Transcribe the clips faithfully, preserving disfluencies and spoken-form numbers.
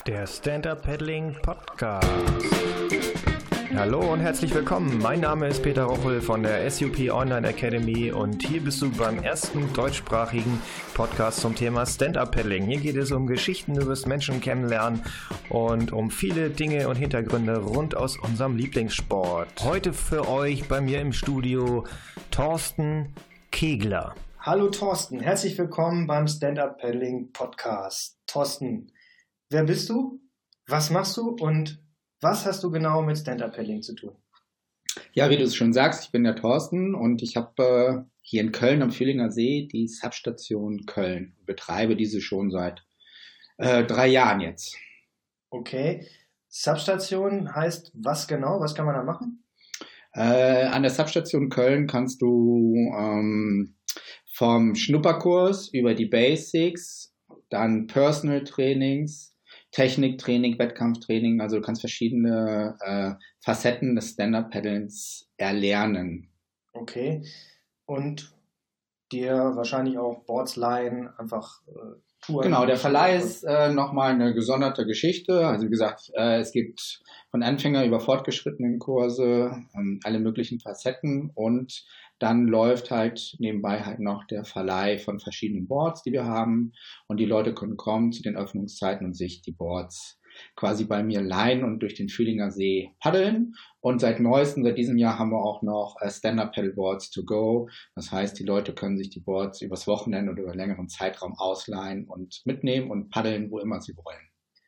Der Stand-Up Paddling Podcast. Hallo und herzlich willkommen. Mein Name ist Peter Rochel von der S U P Online Academy und hier bist du beim ersten deutschsprachigen Podcast zum Thema Stand-Up Paddling. Hier geht es um Geschichten über das Menschen kennenlernen und um viele Dinge und Hintergründe rund aus unserem Lieblingssport. Heute für euch bei mir im Studio Thorsten Kegler. Hallo Thorsten, herzlich willkommen beim Stand-Up Paddling Podcast. Thorsten, wer bist du? Was machst du und was hast du genau mit Stand-Up Paddling zu tun? Ja, wie du es schon sagst, ich bin der Thorsten und ich habe äh, hier in Köln am Fühlinger See die Substation Köln. Ich betreibe diese schon seit äh, drei Jahren jetzt. Okay, Substation heißt was genau? Was kann man da machen? Äh, an der Substation Köln kannst du ähm, vom Schnupperkurs über die Basics, dann Personal Trainings, Techniktraining, Wettkampftraining, also du kannst verschiedene äh, Facetten des Stand-Up-Paddlens erlernen. Okay, und dir wahrscheinlich auch Boards leihen, einfach äh, Touren. Genau, der Verleih ist äh, nochmal eine gesonderte Geschichte. Also wie gesagt, äh, es gibt von Anfänger über fortgeschrittenen Kurse ähm, alle möglichen Facetten und dann läuft halt nebenbei halt noch der Verleih von verschiedenen Boards, die wir haben und die Leute können kommen zu den Öffnungszeiten und sich die Boards quasi bei mir leihen und durch den Fühlinger See paddeln. Und seit neuestem, seit diesem Jahr haben wir auch noch Stand-Up Paddleboards to go. Das heißt, die Leute können sich die Boards übers Wochenende oder über einen längeren Zeitraum ausleihen und mitnehmen und paddeln, wo immer sie wollen.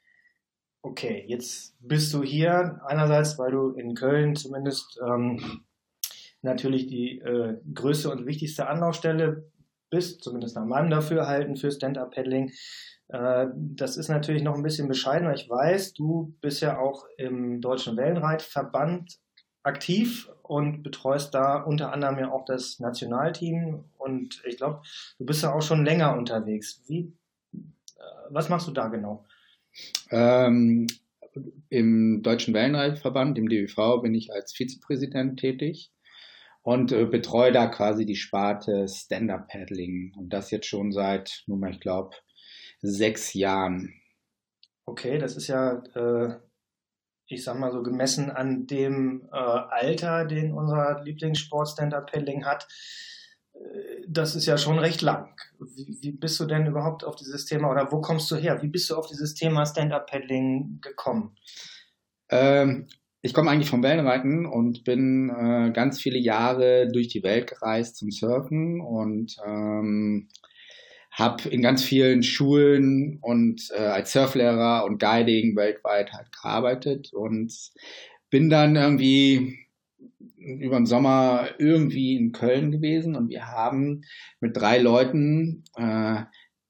Okay, jetzt bist du hier einerseits, weil du in Köln zumindest ähm, natürlich die äh, größte und wichtigste Anlaufstelle bist, zumindest nach meinem Dafürhalten für Stand-Up Paddling. Äh, das ist natürlich noch ein bisschen bescheiden, weil ich weiß, du bist ja auch im Deutschen Wellenreitverband aktiv und betreust da unter anderem ja auch das Nationalteam und ich glaube, du bist ja auch schon länger unterwegs. Wie, äh, was machst du da genau? Ähm, Im Deutschen Wellenreitverband, im D W V, bin ich als Vizepräsident tätig. Und äh, betreue da quasi die Sparte Stand-Up Paddling. Und das jetzt schon seit, nun mal, ich glaube, sechs Jahren. Okay, das ist ja, äh, ich sag mal so, gemessen an dem äh, Alter, den unser Lieblingssport Stand-Up Paddling hat, äh, das ist ja schon recht lang. Wie, wie bist du denn überhaupt auf dieses Thema, oder wo kommst du her? Wie bist du auf dieses Thema Stand-Up Paddling gekommen? Ähm, Ich komme eigentlich vom Wellenreiten und bin äh, ganz viele Jahre durch die Welt gereist zum Surfen und ähm, habe in ganz vielen Schulen und äh, als Surflehrer und Guiding weltweit halt gearbeitet und bin dann irgendwie über den Sommer irgendwie in Köln gewesen und wir haben mit drei Leuten äh,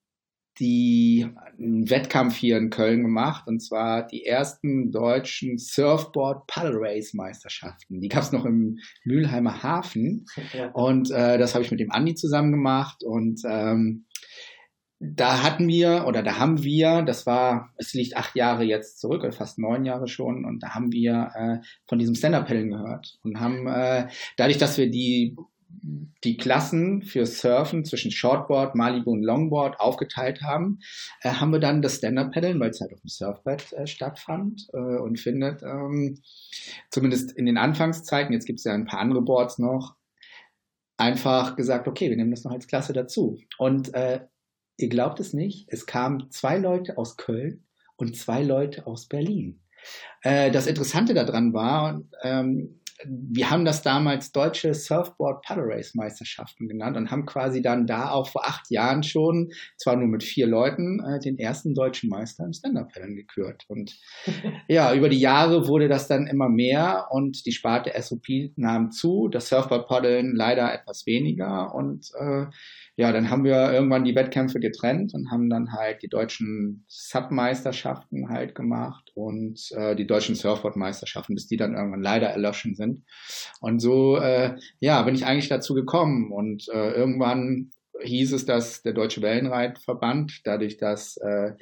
die einen Wettkampf hier in Köln gemacht, und zwar die ersten deutschen Surfboard-Paddle-Race-Meisterschaften. Die gab es noch im Mülheimer Hafen Ja. und äh, das habe ich mit dem Andi zusammen gemacht und ähm, da hatten wir, oder da haben wir, das war, es liegt acht Jahre jetzt zurück, oder fast neun Jahre schon, und da haben wir äh, von diesem Stand-Up-Paddeln gehört und haben äh, dadurch, dass wir die die Klassen für Surfen zwischen Shortboard, Malibu und Longboard aufgeteilt haben, äh, haben wir dann das Stand-Up-Paddeln, weil es halt auf dem Surfbrett äh, stattfand äh, und findet, ähm, zumindest in den Anfangszeiten, jetzt gibt es ja ein paar andere Boards noch, einfach gesagt, okay, wir nehmen das noch als Klasse dazu. Und äh, ihr glaubt es nicht, es kamen zwei Leute aus Köln und zwei Leute aus Berlin. Äh, das Interessante daran war, ähm, wir haben das damals Deutsche Surfboard-Paddle-Race-Meisterschaften genannt und haben quasi dann da auch vor acht Jahren schon, zwar nur mit vier Leuten, äh, den ersten deutschen Meister im Stand-Up-Paddeln gekürt. Und ja, über die Jahre wurde das dann immer mehr und die Sparte S U P nahm zu, das Surfboard-Paddeln leider etwas weniger und äh, ja, dann haben wir irgendwann die Wettkämpfe getrennt und haben dann halt die deutschen Sub-Meisterschaften halt gemacht und äh, die deutschen Surfboard-Meisterschaften, bis die dann irgendwann leider erloschen sind. Und so, äh, ja, bin ich eigentlich dazu gekommen und äh, irgendwann hieß es, dass der Deutsche Wellenreitverband, dadurch, dass äh,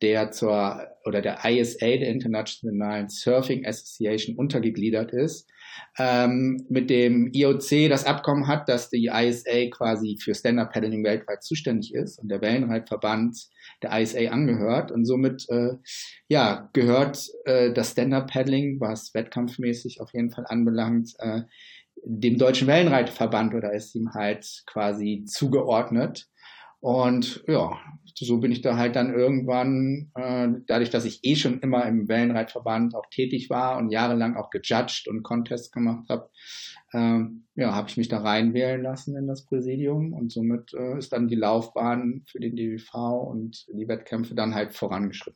der zur, oder der I S A, der International Surfing Association, untergegliedert ist, ähm, mit dem I O C das Abkommen hat, dass die I S A quasi für Stand-Up-Paddling weltweit zuständig ist und der Wellenreitverband der I S A angehört. Und somit äh, ja, gehört äh, das Stand-Up-Paddling, was wettkampfmäßig auf jeden Fall anbelangt, äh, dem Deutschen Wellenreitverband oder ist ihm halt quasi zugeordnet. Und ja, so bin ich da halt dann irgendwann, äh, dadurch, dass ich eh schon immer im Wellenreitverband auch tätig war und jahrelang auch gejudged und Contests gemacht habe, äh, ja, habe ich mich da reinwählen lassen in das Präsidium und somit äh, ist dann die Laufbahn für den D W V und die Wettkämpfe dann halt vorangeschritten.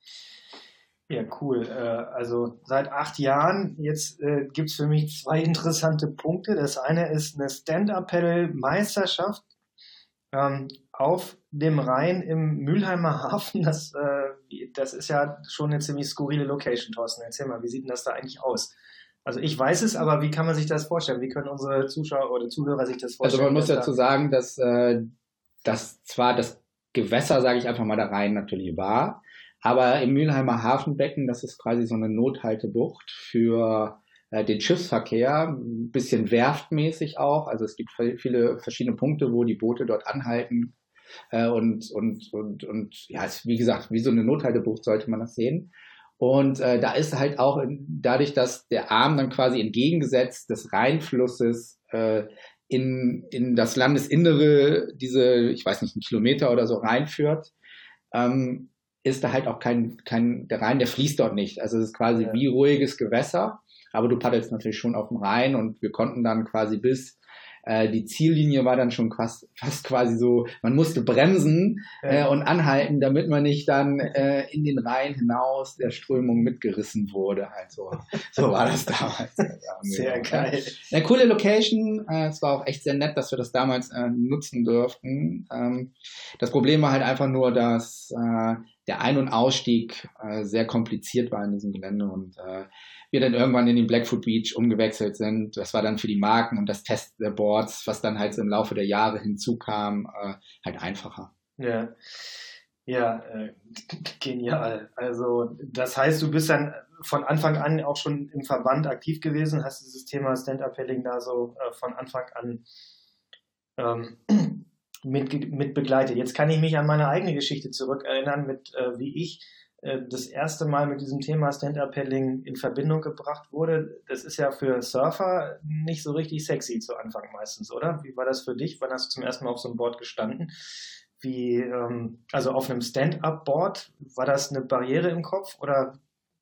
Ja, cool. Also seit acht Jahren, jetzt äh, gibt es für mich zwei interessante Punkte. Das eine ist eine Stand-Up-Paddle-Meisterschaft ähm, auf dem Rhein im Mülheimer Hafen. Das, äh, das ist ja schon eine ziemlich skurrile Location, Thorsten. Erzähl mal, wie sieht denn das da eigentlich aus? Also ich weiß es, aber wie kann man sich das vorstellen? Wie können unsere Zuschauer oder Zuhörer sich das vorstellen? Also man muss dazu sagen, dass, äh, dass zwar das Gewässer, sage ich einfach mal, der Rhein natürlich war, aber im Mülheimer Hafenbecken, das ist quasi so eine Nothaltebucht für äh, den Schiffsverkehr, ein bisschen werftmäßig auch. Also es gibt viele verschiedene Punkte, wo die Boote dort anhalten. Äh, und, und, und, und ja, ist, wie gesagt, wie so eine Nothaltebucht sollte man das sehen. Und äh, da ist halt auch in, dadurch, dass der Arm dann quasi entgegengesetzt des Rheinflusses äh, in, in das Landesinnere diese, ich weiß nicht, einen Kilometer oder so reinführt, ähm, ist da halt auch kein, kein, der Rhein, der fließt dort nicht. Also es ist quasi ja. wie ruhiges Gewässer, aber du paddelst natürlich schon auf dem Rhein und wir konnten dann quasi bis, äh, die Ziellinie war dann schon fast, fast quasi so, man musste bremsen ja. äh, und anhalten, damit man nicht dann äh, in den Rhein hinaus der Strömung mitgerissen wurde. Halt so, so war das damals. Ja, sehr geil. Eine coole Location, äh, es war auch echt sehr nett, dass wir das damals äh, nutzen durften. Ähm, das Problem war halt einfach nur, dass äh, der Ein- und Ausstieg äh, sehr kompliziert war in diesem Gelände und äh, wir dann irgendwann in den Blackfoot Beach umgewechselt sind. Das war dann für die Marken und das Test der Boards, was dann halt so im Laufe der Jahre hinzukam, äh, halt einfacher. Ja, ja, äh, genial. Also das heißt, du bist dann von Anfang an auch schon im Verband aktiv gewesen, hast dieses Thema Stand-Up-Paddling da so äh, von Anfang an ähm, mit, mit begleitet. Jetzt kann ich mich an meine eigene Geschichte zurückerinnern, mit äh, wie ich äh, das erste Mal mit diesem Thema Stand-Up-Paddling in Verbindung gebracht wurde. Das ist ja für Surfer nicht so richtig sexy zu Anfang meistens, oder? Wie war das für dich? Wann hast du zum ersten Mal auf so einem Board gestanden? Wie, ähm, also auf einem Stand-Up-Board, war das eine Barriere im Kopf oder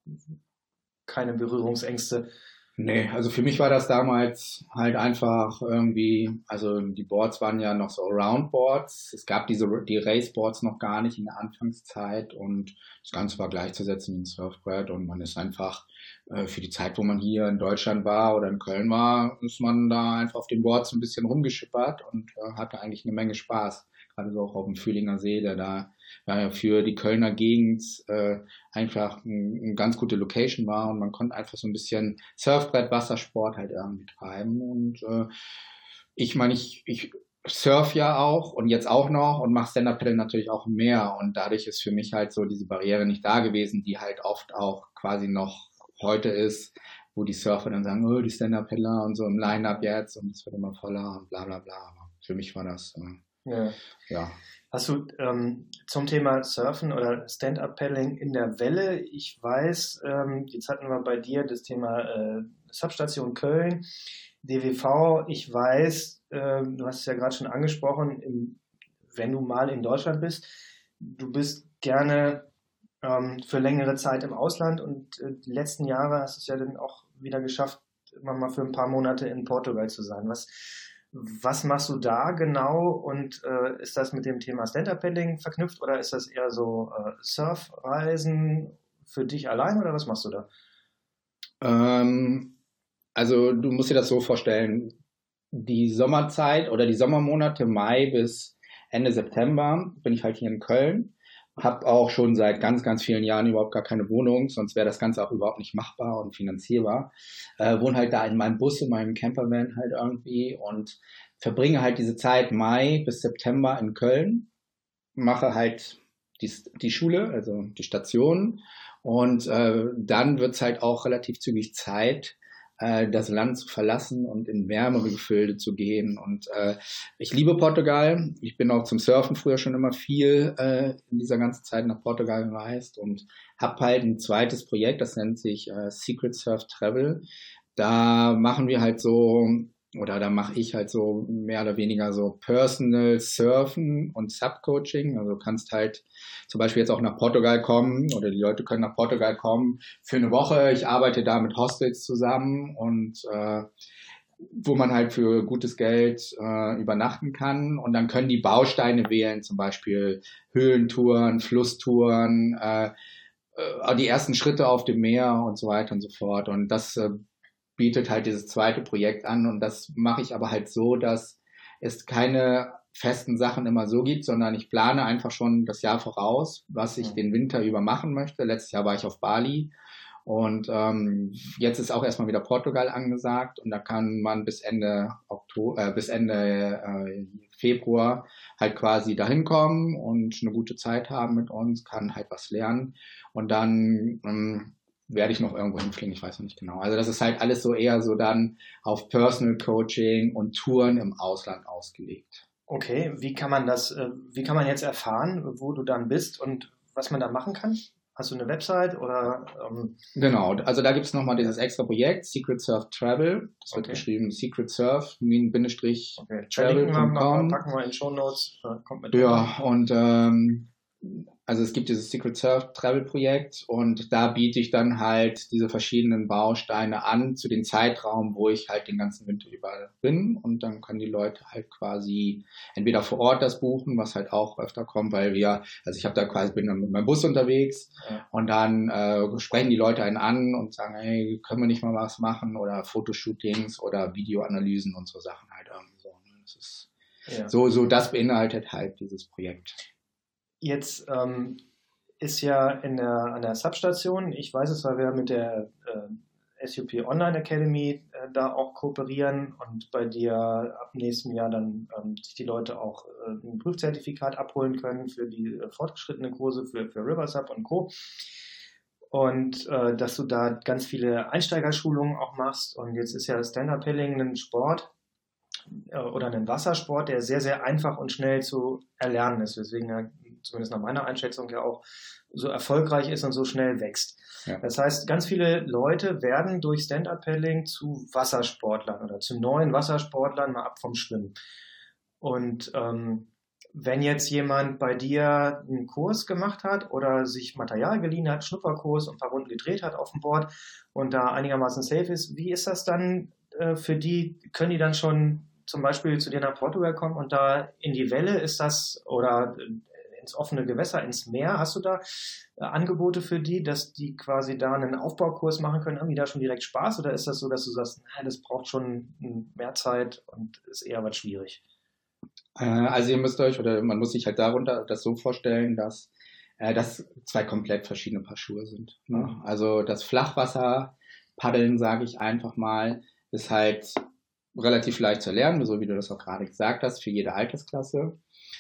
keine Berührungsängste? Nee, also für mich war das damals halt einfach irgendwie, also die Boards waren ja noch so Roundboards. Es gab diese die Raceboards noch gar nicht in der Anfangszeit und das Ganze war gleichzusetzen mit dem Surfbrett und man ist einfach äh, für die Zeit, wo man hier in Deutschland war oder in Köln war, ist man da einfach auf den Boards ein bisschen rumgeschippert und äh, hatte eigentlich eine Menge Spaß. Gerade so auch auf dem Fühlinger See, der da ja, für die Kölner Gegend äh, einfach ein, eine ganz gute Location war und man konnte einfach so ein bisschen Surfbrett, Wassersport halt irgendwie treiben und äh, ich meine, ich, ich surf ja auch und jetzt auch noch und mache Stand-Up-Paddle natürlich auch mehr und dadurch ist für mich halt so diese Barriere nicht da gewesen, die halt oft auch quasi noch heute ist, wo die Surfer dann sagen, oh, die Stand-Up-Paddler und so im Line-Up jetzt und es wird immer voller und bla bla bla, aber für mich war das äh, ja. ja. Hast du ähm, zum Thema Surfen oder Stand-Up-Paddling in der Welle, ich weiß, ähm, jetzt hatten wir bei dir das Thema äh, Substation Köln, D W V, ich weiß, äh, du hast es ja gerade schon angesprochen, im, wenn du mal in Deutschland bist, du bist gerne ähm, für längere Zeit im Ausland und äh, die letzten Jahre hast du es ja dann auch wieder geschafft, immer mal für ein paar Monate in Portugal zu sein. Was Was machst du da genau und äh, ist das mit dem Thema Stand-Up-Paddling verknüpft oder ist das eher so äh, Surfreisen für dich allein oder was machst du da? Ähm, also du musst dir das so vorstellen, die Sommerzeit oder die Sommermonate Mai bis Ende September bin ich halt hier in Köln, habe auch schon seit ganz, ganz vielen Jahren überhaupt gar keine Wohnung, sonst wäre das Ganze auch überhaupt nicht machbar und finanzierbar. Äh, wohne halt da in meinem Bus, in meinem Campervan halt irgendwie und verbringe halt diese Zeit Mai bis September in Köln, mache halt die, die Schule, also die Station. Und äh, dann wird es halt auch relativ zügig Zeit, äh, das Land zu verlassen und in wärmere Gefilde zu gehen. Und äh, ich liebe Portugal. Ich bin auch zum Surfen früher schon immer viel äh, in dieser ganzen Zeit nach Portugal gereist und habe halt ein zweites Projekt, das nennt sich äh, Secret Surf Travel. Da machen wir halt so, oder da mache ich halt so mehr oder weniger so Personal Surfen und Subcoaching. Also du kannst halt zum Beispiel jetzt auch nach Portugal kommen oder die Leute können nach Portugal kommen für eine Woche. Ich arbeite da mit Hostels zusammen und äh, wo man halt für gutes Geld äh, übernachten kann. Und dann können die Bausteine wählen, zum Beispiel Höhlentouren, Flusstouren, äh, äh, die ersten Schritte auf dem Meer und so weiter und so fort. Und das äh, bietet halt dieses zweite Projekt an und das mache ich aber halt so, dass es keine festen Sachen immer so gibt, sondern ich plane einfach schon das Jahr voraus, was ich den Winter über machen möchte. Letztes Jahr war ich auf Bali und ähm, jetzt ist auch erstmal wieder Portugal angesagt und da kann man bis Ende Oktober, äh, bis Ende äh, Februar halt quasi dahin kommen und eine gute Zeit haben mit uns, kann halt was lernen und dann ähm, werde ich noch irgendwo hinfliegen, ich weiß noch nicht genau. Also das ist halt alles so eher so dann auf Personal Coaching und Touren im Ausland ausgelegt. Okay, wie kann man das, wie kann man jetzt erfahren, wo du dann bist und was man da machen kann? Hast du eine Website oder? Ähm Genau, also da gibt es nochmal dieses extra Projekt, Secret Surf Travel. Das wird okay. geschrieben Secret Surf Bindestrich okay. Travel Punkt com. Packen wir in Show Notes. Kommt mit ja, und ähm, also es gibt dieses Secret Surf Travel Projekt und da biete ich dann halt diese verschiedenen Bausteine an zu dem Zeitraum, wo ich halt den ganzen Winter über bin und dann können die Leute halt quasi entweder vor Ort das buchen, was halt auch öfter kommt, weil wir, also ich habe da quasi, bin dann mit meinem Bus unterwegs ja. und dann äh, sprechen die Leute einen an und sagen, hey, können wir nicht mal was machen oder Fotoshootings oder Videoanalysen und so Sachen halt irgendwie so. Das ist ja. so, so das beinhaltet halt dieses Projekt. Jetzt ähm, ist ja in der, an der Substation, ich weiß es, weil wir mit der äh, S U P Online Academy äh, da auch kooperieren und bei dir ab nächstem Jahr dann ähm, sich die Leute auch äh, ein Prüfzertifikat abholen können für die äh, fortgeschrittenen Kurse für, für Riversub und Co. Und äh, dass du da ganz viele Einsteigerschulungen auch machst und jetzt ist ja Stand-Up-Paddling ein Sport, oder einen Wassersport, der sehr, sehr einfach und schnell zu erlernen ist, weswegen er zumindest nach meiner Einschätzung ja auch so erfolgreich ist und so schnell wächst. Ja. Das heißt, ganz viele Leute werden durch Stand-Up-Paddling zu Wassersportlern oder zu neuen Wassersportlern, mal ab vom Schwimmen. Und ähm, wenn jetzt jemand bei dir einen Kurs gemacht hat oder sich Material geliehen hat, Schnupperkurs und ein paar Runden gedreht hat auf dem Board und da einigermaßen safe ist, wie ist das dann äh, für die? Können die dann schon zum Beispiel zu dir nach Portugal kommen und da in die Welle ist das oder ins offene Gewässer, ins Meer, hast du da äh, Angebote für die, dass die quasi da einen Aufbaukurs machen können, haben die da schon direkt Spaß oder ist das so, dass du sagst, na, das braucht schon mehr Zeit und ist eher was schwierig? Äh, also ihr müsst euch, oder man muss sich halt darunter das so vorstellen, dass äh, das zwei komplett verschiedene Paar Schuhe sind. Ne? Mhm. Also das Flachwasser-Paddeln, sage ich einfach mal, ist halt relativ leicht zu erlernen, so wie du das auch gerade gesagt hast, für jede Altersklasse.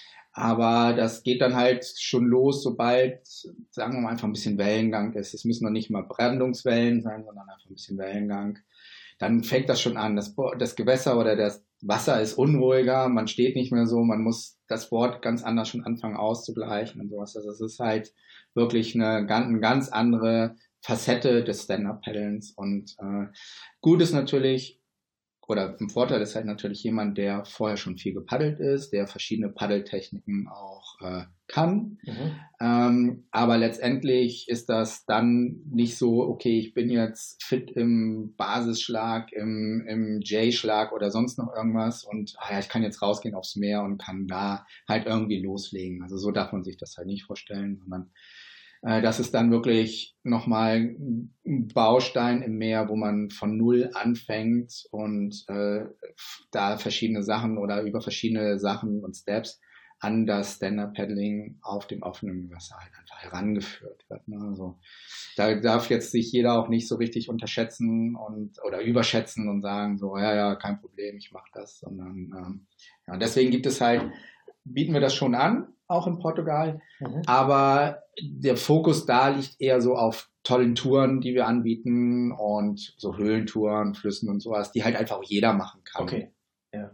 Aber das geht dann halt schon los, sobald, sagen wir mal, einfach ein bisschen Wellengang ist. Es müssen noch nicht mal Brandungswellen sein, sondern einfach ein bisschen Wellengang. Dann fängt das schon an. Das, das Gewässer oder das Wasser ist unruhiger, man steht nicht mehr so, man muss das Board ganz anders schon anfangen auszugleichen und sowas. Also es ist halt wirklich eine, eine ganz andere Facette des Stand-Up-Paddelns. Und äh, gut ist natürlich, oder im Vorteil ist halt natürlich jemand, der vorher schon viel gepaddelt ist, der verschiedene Paddeltechniken auch äh, kann. Mhm. Ähm, aber letztendlich ist das dann nicht so, okay, ich bin jetzt fit im Basisschlag, im, im J-Schlag oder sonst noch irgendwas und ah ja, ich kann jetzt rausgehen aufs Meer und kann da halt irgendwie loslegen. Also so darf man sich das halt nicht vorstellen, sondern das ist dann wirklich nochmal ein Baustein im Meer, wo man von Null anfängt und äh, da verschiedene Sachen oder über verschiedene Sachen und Steps an das Stand-Up-Paddling auf dem offenen Gewässer halt einfach herangeführt wird. Ne? Also, da darf jetzt sich jeder auch nicht so richtig unterschätzen und oder überschätzen und sagen so, ja, ja, kein Problem, ich mache das, sondern ähm, ja, deswegen gibt es halt, bieten wir das schon an, auch in Portugal. Mhm. Aber der Fokus da liegt eher so auf tollen Touren, die wir anbieten und so Höhlentouren, Flüssen und sowas, die halt einfach auch jeder machen kann. Okay, ja.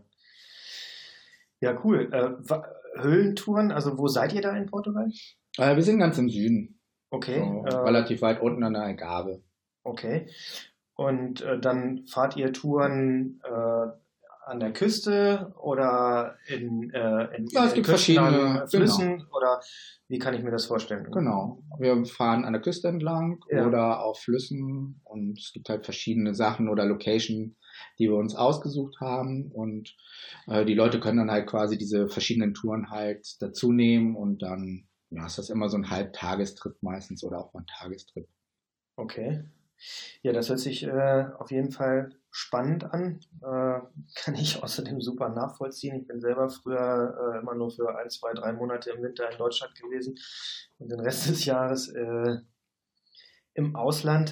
Ja, cool. Äh, wa- Höhlentouren, also wo seid ihr da in Portugal? Äh, wir sind ganz im Süden, Okay, so äh, relativ weit unten an der Algarve. okay. Und äh, dann fahrt ihr Touren äh, an der Küste oder in, äh, in, Ja, es in gibt küstennahen verschiedene, Flüssen oder wie kann ich mir das vorstellen? Genau. Wir fahren an der Küste entlang Ja. oder auf Flüssen und es gibt halt verschiedene Sachen oder Location, die wir uns ausgesucht haben und äh, die Leute können dann halt quasi diese verschiedenen Touren halt dazu nehmen und dann ja, ist das immer so ein Halbtagestrip meistens oder auch mal ein Tagestrip. Okay. Ja, das hört sich äh, auf jeden Fall spannend an. Äh, kann ich außerdem super nachvollziehen. Ich bin selber früher äh, immer nur für ein, zwei, drei Monate im Winter in Deutschland gewesen und den Rest des Jahres äh, im Ausland.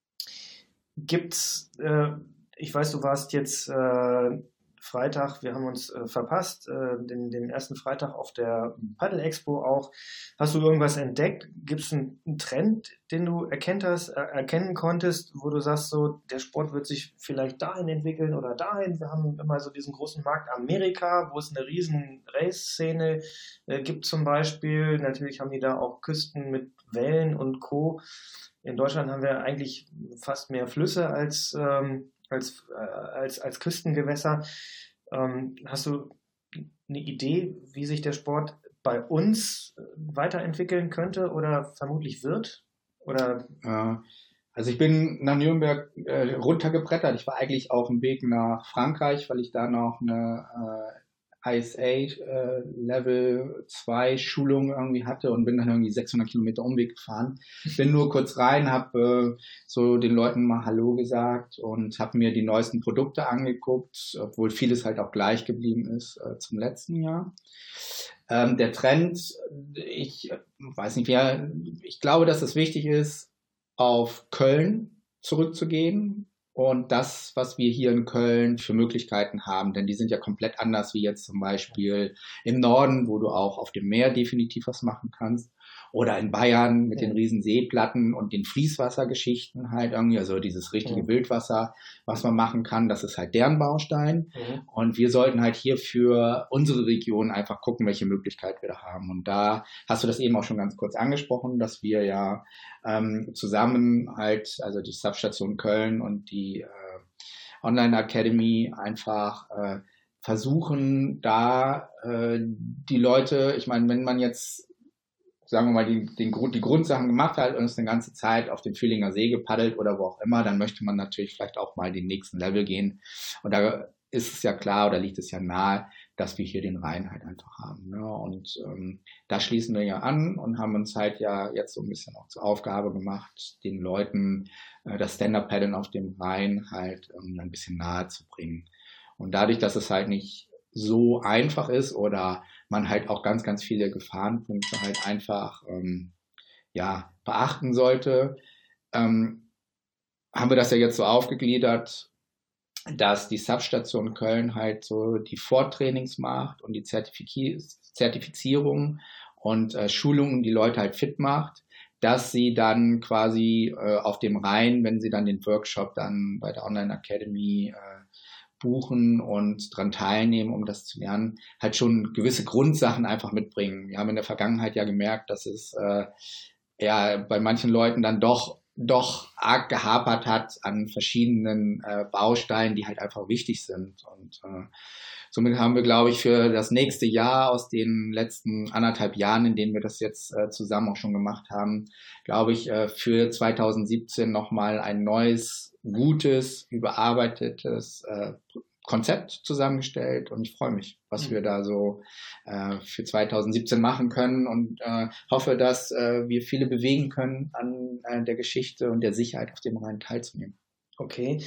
Gibt's, äh, ich weiß, du warst jetzt äh, Freitag, wir haben uns äh, verpasst, äh, den, den ersten Freitag auf der Paddle Expo auch. Hast du irgendwas entdeckt? Gibt es einen, einen Trend, den du erkennt hast, äh, erkennen konntest, wo du sagst, so der Sport wird sich vielleicht dahin entwickeln oder dahin? Wir haben immer so diesen großen Markt Amerika, wo es eine riesen Race-Szene äh, gibt zum Beispiel. Natürlich haben die da auch Küsten mit Wellen und Co. In Deutschland haben wir eigentlich fast mehr Flüsse als, ähm, als, äh, als, als Küstengewässer. Ähm, hast du eine Idee, wie sich der Sport bei uns weiterentwickeln könnte oder vermutlich wird? Oder? Äh, also ich bin nach Nürnberg äh, runtergebrettert. Ich war eigentlich auf dem Weg nach Frankreich, weil ich da noch eine äh, I S A äh, Level zwei Schulung irgendwie hatte und bin dann irgendwie sechshundert Kilometer Umweg gefahren. Bin nur kurz rein, habe äh, so den Leuten mal Hallo gesagt und habe mir die neuesten Produkte angeguckt, obwohl vieles halt auch gleich geblieben ist äh, zum letzten Jahr. Ähm, der Trend, ich weiß nicht, ja, ich glaube, dass es wichtig ist, auf Köln zurückzugehen. Und das, was wir hier in Köln für Möglichkeiten haben, denn die sind ja komplett anders wie jetzt zum Beispiel im Norden, wo du auch auf dem Meer definitiv was machen kannst. Oder in Bayern mit den riesen Seeplatten und den Fließwassergeschichten halt irgendwie, also dieses richtige Mhm. Wildwasser, was man machen kann, das ist halt deren Baustein. Mhm. Und wir sollten halt hier für unsere Region einfach gucken, welche Möglichkeit wir da haben. Und da hast du das eben auch schon ganz kurz angesprochen, dass wir ja ähm, zusammen halt, also die Substation Köln und die äh, Online Academy einfach äh, versuchen, da äh, die Leute, ich meine, wenn man jetzt sagen wir mal, die, den, die Grundsachen gemacht hat und ist eine ganze Zeit auf dem Fühlinger See gepaddelt oder wo auch immer, dann möchte man natürlich vielleicht auch mal den nächsten Level gehen. Und da ist es ja klar oder liegt es ja nahe, dass wir hier den Rhein halt einfach haben. Ne? Und ähm, da schließen wir ja an und haben uns halt ja jetzt so ein bisschen auch zur Aufgabe gemacht, den Leuten äh, das Stand-Up-Paddeln auf dem Rhein halt ähm, ein bisschen nahe zu bringen. Und dadurch, dass es halt nicht so einfach ist oder man halt auch ganz, ganz viele Gefahrenpunkte halt einfach ähm, ja, beachten sollte, ähm, haben wir das ja jetzt so aufgegliedert, dass die Substation Köln halt so die Vortrainings macht und die Zertifiz- Zertifizierung und äh, Schulungen die Leute halt fit macht, dass sie dann quasi äh, auf dem Rhein, wenn sie dann den Workshop dann bei der Online Academy äh, buchen und dran teilnehmen, um das zu lernen, halt schon gewisse Grundsachen einfach mitbringen. Wir haben in der Vergangenheit ja gemerkt, dass es äh, ja bei manchen Leuten dann doch doch arg gehapert hat an verschiedenen äh, Bausteinen, die halt einfach wichtig sind. Und äh, somit haben wir, glaube ich, für das nächste Jahr aus den letzten anderthalb Jahren, in denen wir das jetzt äh, zusammen auch schon gemacht haben, glaube ich, äh, für zweitausendsiebzehn nochmal ein neues, gutes, überarbeitetes äh, Konzept zusammengestellt und ich freue mich, was mhm. wir da so äh, für zweitausendsiebzehn machen können und äh, hoffe, dass äh, wir viele bewegen können, an äh, der Geschichte und der Sicherheit auf dem Rhein teilzunehmen. Okay,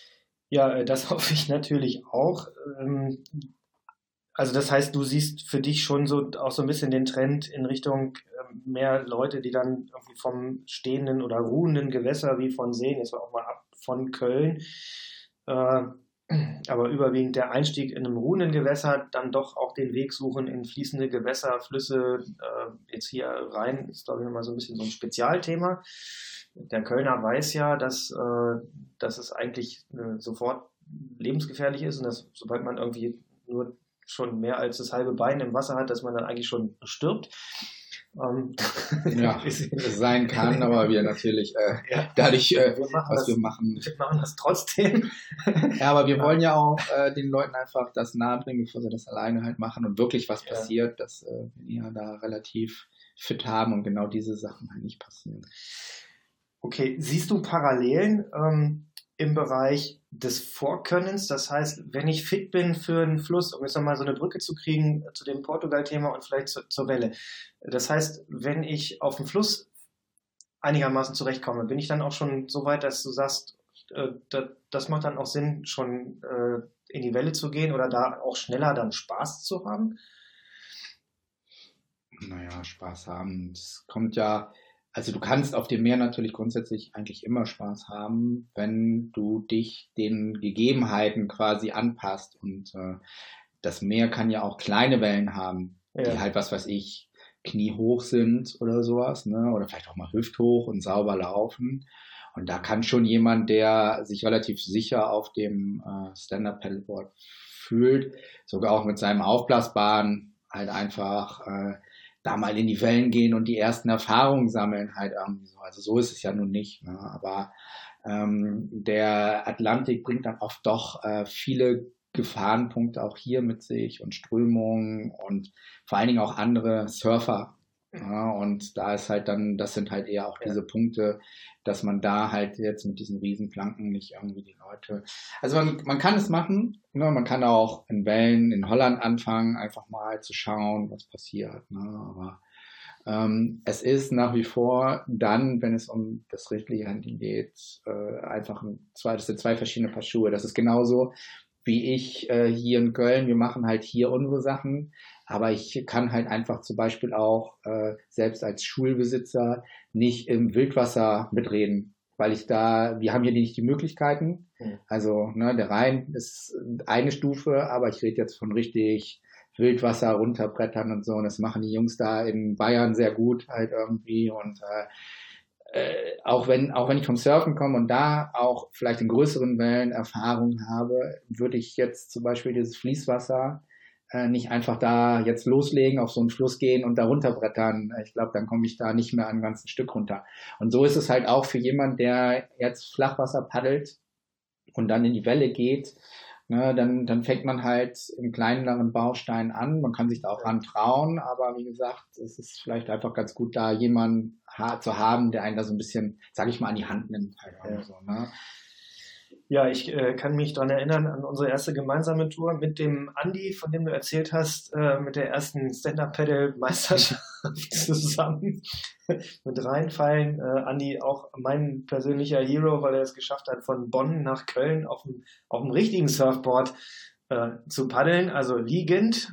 ja, das hoffe ich natürlich auch. Ähm, also das heißt, du siehst für dich schon so auch so ein bisschen den Trend in Richtung äh, mehr Leute, die dann irgendwie vom stehenden oder ruhenden Gewässer wie von Seen, jetzt auch mal ab von Köln, äh, aber überwiegend der Einstieg in einem ruhenden Gewässer, dann doch auch den Weg suchen in fließende Gewässer, Flüsse, äh, jetzt hier rein, ist glaube ich nochmal so ein bisschen so ein Spezialthema. Der Kölner weiß ja, dass, äh, dass es eigentlich äh, sofort lebensgefährlich ist und dass sobald man irgendwie nur schon mehr als das halbe Bein im Wasser hat, dass man dann eigentlich schon stirbt. Ähm, ja, es sein kann, aber wir natürlich äh, ja. dadurch, äh, wir was das, wir machen. Wir machen das trotzdem. Ja, aber wir ja. wollen ja auch äh, den Leuten einfach das nahebringen, bevor sie das alleine halt machen und wirklich was ja. passiert, dass äh, wir da relativ fit haben und genau diese Sachen halt nicht passieren. Okay, siehst du Parallelen ähm, im Bereich des Vorkönnens? Das heißt, wenn ich fit bin für einen Fluss, um jetzt nochmal so eine Brücke zu kriegen zu dem Portugal-Thema und vielleicht zu, zur Welle. Das heißt, wenn ich auf dem Fluss einigermaßen zurechtkomme, bin ich dann auch schon so weit, dass du sagst, äh, das, das macht dann auch Sinn, schon äh, in die Welle zu gehen oder da auch schneller dann Spaß zu haben? Naja, Spaß haben. Es kommt ja... Also du kannst auf dem Meer natürlich grundsätzlich eigentlich immer Spaß haben, wenn du dich den Gegebenheiten quasi anpasst. Und äh, das Meer kann ja auch kleine Wellen haben, ja. die halt, was weiß ich, kniehoch sind oder sowas, ne? Oder vielleicht auch mal hüfthoch und sauber laufen. Und da kann schon jemand, der sich relativ sicher auf dem äh, Stand-Up-Paddleboard fühlt, sogar auch mit seinem Aufblasbaren halt einfach... Äh, da mal in die Wellen gehen und die ersten Erfahrungen sammeln halt irgendwie so. Also so ist es ja nun nicht, ne? Aber ähm, der Atlantik bringt dann oft doch äh, viele Gefahrenpunkte auch hier mit sich und Strömungen und vor allen Dingen auch andere Surfer. Ja, und da ist halt dann, das sind halt eher auch ja. diese Punkte, dass man da halt jetzt mit diesen Riesenplanken nicht irgendwie die Leute, also man, man kann es machen, ne? Man kann auch in Wellen in Holland anfangen, einfach mal zu schauen, was passiert, ne? Aber ähm, es ist nach wie vor dann, wenn es um das rechtliche Handling geht, äh, einfach ein, zwei, das sind zwei verschiedene Paar Schuhe. Das ist genauso wie ich äh, hier in Köln, wir machen halt hier unsere Sachen, aber ich kann halt einfach zum Beispiel auch äh, selbst als Schulbesitzer nicht im Wildwasser mitreden, weil ich da, wir haben hier nicht die Möglichkeiten. Mhm. Also ne, der Rhein ist eine Stufe, aber ich rede jetzt von richtig Wildwasser runterbrettern und so. Und das machen die Jungs da in Bayern sehr gut halt irgendwie. Und äh, Äh, auch wenn auch wenn ich vom Surfen komme und da auch vielleicht in größeren Wellen Erfahrung habe, würde ich jetzt zum Beispiel dieses Fließwasser äh, nicht einfach da jetzt loslegen, auf so einen Fluss gehen und da runterbrettern. Ich glaube, dann komme ich da nicht mehr ein ganzes Stück runter. Und so ist es halt auch für jemanden, der jetzt Flachwasser paddelt und dann in die Welle geht. Ne, dann, dann fängt man halt in kleineren Bausteinen an. Man kann sich da auch ran trauen, aber wie gesagt, es ist vielleicht einfach ganz gut, da jemanden ha- zu haben, der einen da so ein bisschen, sag ich mal, an die Hand nimmt. Halt ja. So, ne? Ja, ich äh, kann mich daran erinnern an unsere erste gemeinsame Tour mit dem Andi, von dem du erzählt hast, äh, mit der ersten Stand-Up-Paddle-Meisterschaft zusammen mit reinfallen. Äh, Andi auch mein persönlicher Hero, weil er es geschafft hat, von Bonn nach Köln auf dem, auf dem richtigen Surfboard äh, zu paddeln, also liegend.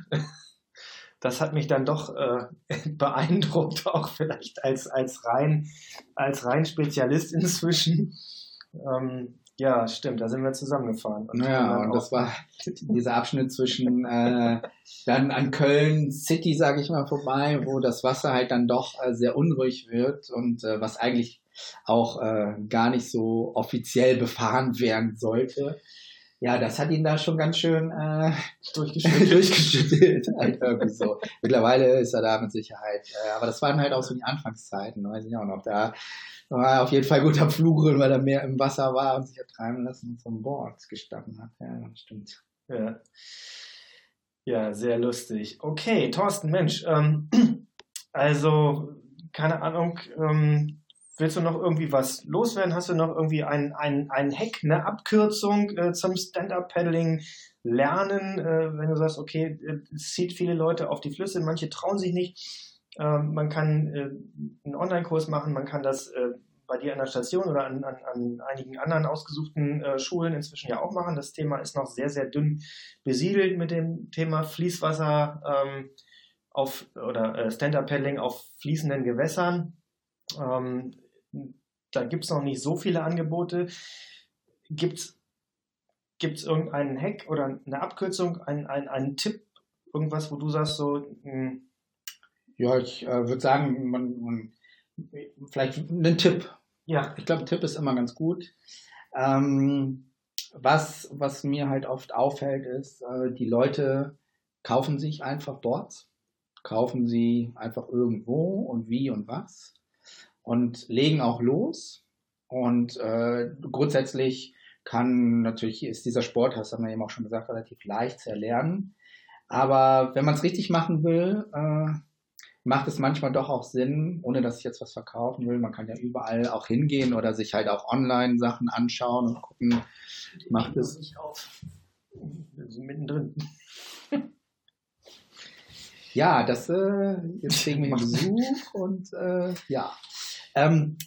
Das hat mich dann doch äh, beeindruckt, auch vielleicht als, als rein, als rein Spezialist inzwischen. Ähm, Ja, stimmt, da sind wir zusammengefahren. Und ja, und das war dieser Abschnitt zwischen äh, dann an Köln City, sage ich mal, vorbei, wo das Wasser halt dann doch äh, sehr unruhig wird und äh, was eigentlich auch äh, gar nicht so offiziell befahren werden sollte. Ja, das hat ihn da schon ganz schön äh, durchgeschüttelt. durchgeschüttelt halt irgendwie so. Mittlerweile ist er da mit Sicherheit. Äh, aber das waren halt auch so die Anfangszeiten, weiß ich auch noch. Da war auf jeden Fall gut am Flugrühren, weil er mehr im Wasser war und sich hat treiben lassen und vom Board gestanden hat. Ja, das stimmt. Ja. Ja, sehr lustig. Okay, Thorsten, Mensch, ähm, also, keine Ahnung, ähm, willst du noch irgendwie was loswerden? Hast du noch irgendwie ein, ein, ein Hack, eine Abkürzung äh, zum Stand-Up-Paddling lernen, äh, wenn du sagst, okay, es zieht viele Leute auf die Flüsse, manche trauen sich nicht. Ähm, man kann äh, einen Online-Kurs machen, man kann das äh, bei dir an der Station oder an, an, an einigen anderen ausgesuchten äh, Schulen inzwischen ja auch machen. Das Thema ist noch sehr, sehr dünn besiedelt mit dem Thema Fließwasser ähm, auf oder äh, Stand-Up-Paddling auf fließenden Gewässern. Ähm, da gibt es noch nicht so viele Angebote. Gibt es gibt es irgendeinen Hack oder eine Abkürzung, einen, einen, einen Tipp, irgendwas, wo du sagst so... Mh, ja, ich äh, würde sagen, man, man, vielleicht einen Tipp. Ja. Ich glaube, ein Tipp ist immer ganz gut. Ähm, was, was mir halt oft auffällt, ist, äh, die Leute kaufen sich einfach Boards, kaufen sie einfach irgendwo und wie und was und legen auch los. Und äh, grundsätzlich kann natürlich, ist dieser Sport, das haben wir eben auch schon gesagt, relativ leicht zu erlernen. Aber wenn man es richtig machen will, äh, macht es manchmal doch auch Sinn, ohne dass ich jetzt was verkaufen will. Man kann ja überall auch hingehen oder sich halt auch online Sachen anschauen und gucken, macht es nicht auf. Wir sind mittendrin. Ja, das, äh, jetzt kriegen wir Besuch und äh, ja. Ähm,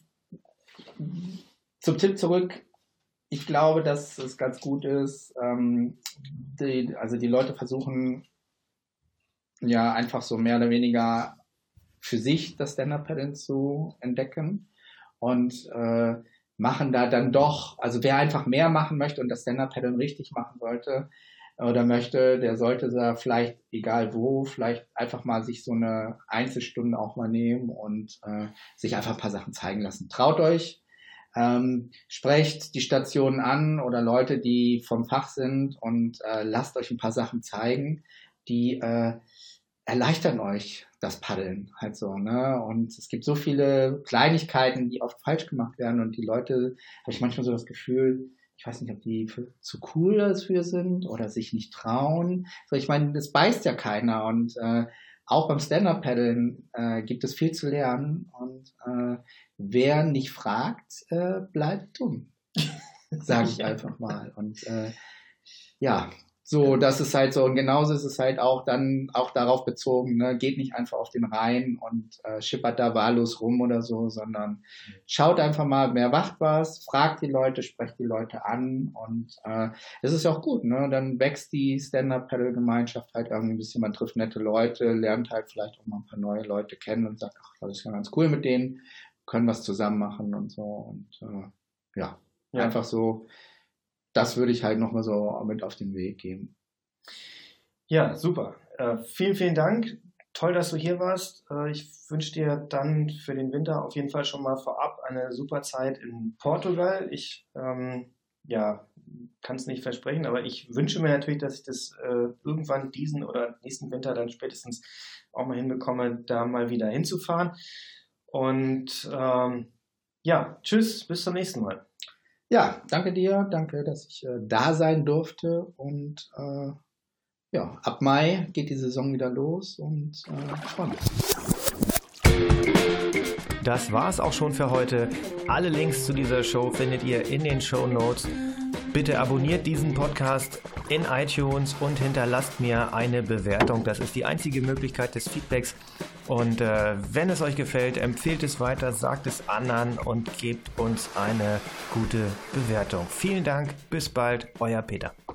zum Tipp zurück. Ich glaube, dass es ganz gut ist, ähm, die, also die Leute versuchen ja einfach so mehr oder weniger für sich das Stand-Up-Paddeln zu entdecken und äh, machen da dann doch, also wer einfach mehr machen möchte und das Stand-Up-Paddeln richtig machen sollte oder möchte, der sollte da vielleicht, egal wo, vielleicht einfach mal sich so eine Einzelstunde auch mal nehmen und äh, sich einfach ein paar Sachen zeigen lassen. Traut euch, ähm, sprecht die Stationen an oder Leute, die vom Fach sind und äh, lasst euch ein paar Sachen zeigen, die äh, erleichtern euch das Paddeln halt so, ne? Und es gibt so viele Kleinigkeiten, die oft falsch gemacht werden und die Leute, habe ich manchmal so das Gefühl, ich weiß nicht, ob die für, zu cool dafür sind oder sich nicht trauen. So, ich meine, das beißt ja keiner und äh, auch beim Stand-Up-Paddeln äh, gibt es viel zu lernen und äh, wer nicht fragt, äh, bleibt dumm, sage ich einfach mal. Und äh, ja, so, das ist halt so, und genauso ist es halt auch dann auch darauf bezogen, ne, geht nicht einfach auf den Rhein und äh, schippert da wahllos rum oder so, sondern schaut einfach mal, wer macht was, fragt die Leute, sprecht die Leute an und äh, es ist ja auch gut, ne, dann wächst die Stand-Up-Paddle-Gemeinschaft halt irgendwie ein bisschen, man trifft nette Leute, lernt halt vielleicht auch mal ein paar neue Leute kennen und sagt, ach, das ist ja ganz cool mit denen, können was zusammen machen und so und äh, ja, ja, einfach so. Das würde ich halt nochmal so mit auf den Weg geben. Ja, super. Äh, vielen, vielen Dank. Toll, dass du hier warst. Äh, ich wünsche dir dann für den Winter auf jeden Fall schon mal vorab eine super Zeit in Portugal. Ich ähm, ja, kann es nicht versprechen, aber ich wünsche mir natürlich, dass ich das äh, irgendwann diesen oder nächsten Winter dann spätestens auch mal hinbekomme, da mal wieder hinzufahren. Und ähm, ja, tschüss, bis zum nächsten Mal. Ja, danke dir, danke, dass ich äh, da sein durfte und äh, ja, ab Mai geht die Saison wieder los und äh, freue mich. Das war's auch schon für heute. Alle Links zu dieser Show findet ihr in den Shownotes. Bitte abonniert diesen Podcast in iTunes und hinterlasst mir eine Bewertung. Das ist die einzige Möglichkeit des Feedbacks. Und äh, wenn es euch gefällt, empfehlt es weiter, sagt es anderen und gebt uns eine gute Bewertung. Vielen Dank, bis bald, euer Peter.